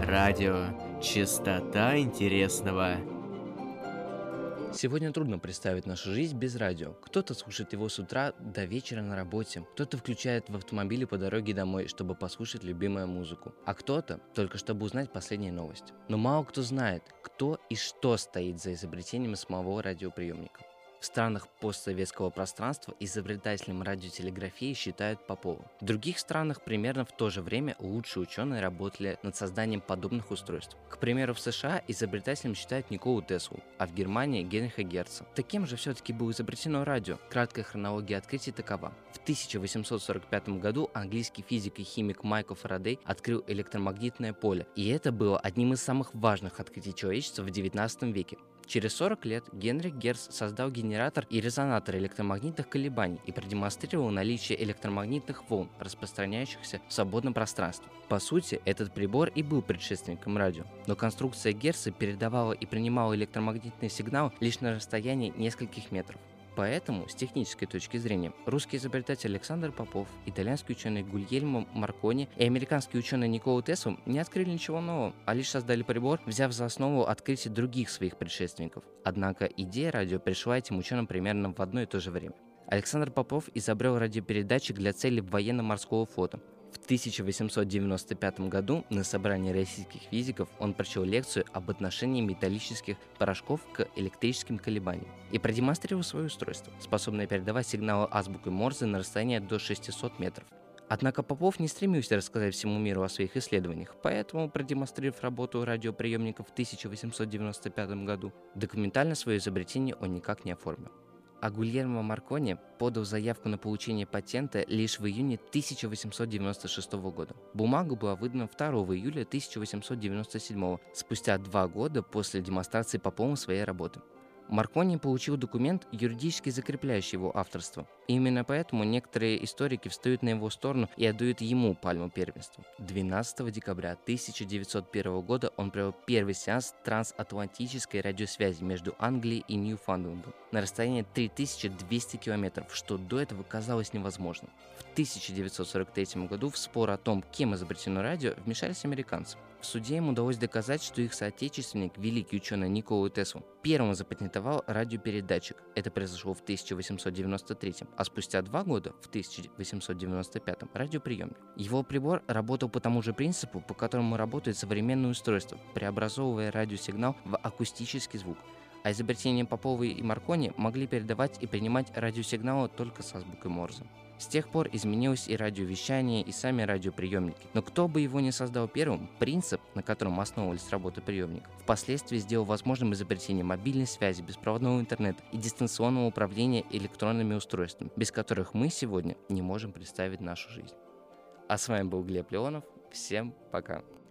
Радио. Чистота интересного. Сегодня трудно представить нашу жизнь без радио. Кто-то слушает его с утра до вечера на работе, кто-то включает в автомобиле по дороге домой, чтобы послушать любимую музыку, а кто-то только чтобы узнать последние новости. Но мало кто знает, кто и что стоит за изобретением самого радиоприемника. В странах постсоветского пространства изобретателем радиотелеграфии считают Попова. В других странах примерно в то же время лучшие ученые работали над созданием подобных устройств. К примеру, в США изобретателем считают Николу Теслу, а в Германии Генриха Герца. Таким же все-таки было изобретено радио. Краткая хронология открытий такова. В 1845 году английский физик и химик Майкл Фарадей открыл электромагнитное поле, и это было одним из самых важных открытий человечества в 19 веке. Через 40 лет Генрих Герц создал генератор и резонатор электромагнитных колебаний и продемонстрировал наличие электромагнитных волн, распространяющихся в свободном пространстве. По сути, этот прибор и был предшественником радио, но конструкция Герца передавала и принимала электромагнитный сигнал лишь на расстоянии нескольких метров. Поэтому, с технической точки зрения, русский изобретатель Александр Попов, итальянский ученый Гульельмо Маркони и американский ученый Никола Тесла не открыли ничего нового, а лишь создали прибор, взяв за основу открытие других своих предшественников. Однако идея радио пришла этим ученым примерно в одно и то же время. Александр Попов изобрел радиопередатчик для целей военно-морского флота. В 1895 году на собрании российских физиков он прочел лекцию об отношении металлических порошков к электрическим колебаниям и продемонстрировал свое устройство, способное передавать сигналы азбукой Морзе на расстояние до 600 метров. Однако Попов не стремился рассказать всему миру о своих исследованиях, поэтому, продемонстрировав работу радиоприемников в 1895 году, документально свое изобретение он никак не оформил. А Гульермо Маркони подал заявку на получение патента лишь в июне 1896 года. Бумага была выдана 2 июля 1897, спустя 2 года после демонстрации Поповым своей работы. Маркони получил документ, юридически закрепляющий его авторство. И именно поэтому некоторые историки встают на его сторону и отдают ему пальму первенства. 12 декабря 1901 года он провел первый сеанс трансатлантической радиосвязи между Англией и Ньюфаундлендом на расстоянии 3200 километров, что до этого казалось невозможным. В 1943 году в спор о том, кем изобретено радио, вмешались американцы. В суде им удалось доказать, что их соотечественник, великий ученый Никола Тесла, первым запатентовал радиопередатчик. Это произошло в 1893, а спустя 2 года, в 1895, радиоприемник. Его прибор работал по тому же принципу, по которому работает современное устройство, преобразовывая радиосигнал в акустический звук. А изобретения Попова и Маркони могли передавать и принимать радиосигналы только с азбукой Морзе. С тех пор изменилось и радиовещание, и сами радиоприемники. Но кто бы его ни создал первым, принцип, на котором основывались работы приемников, впоследствии сделал возможным изобретение мобильной связи, беспроводного интернета и дистанционного управления электронными устройствами, без которых мы сегодня не можем представить нашу жизнь. А с вами был Глеб Леонов. Всем пока!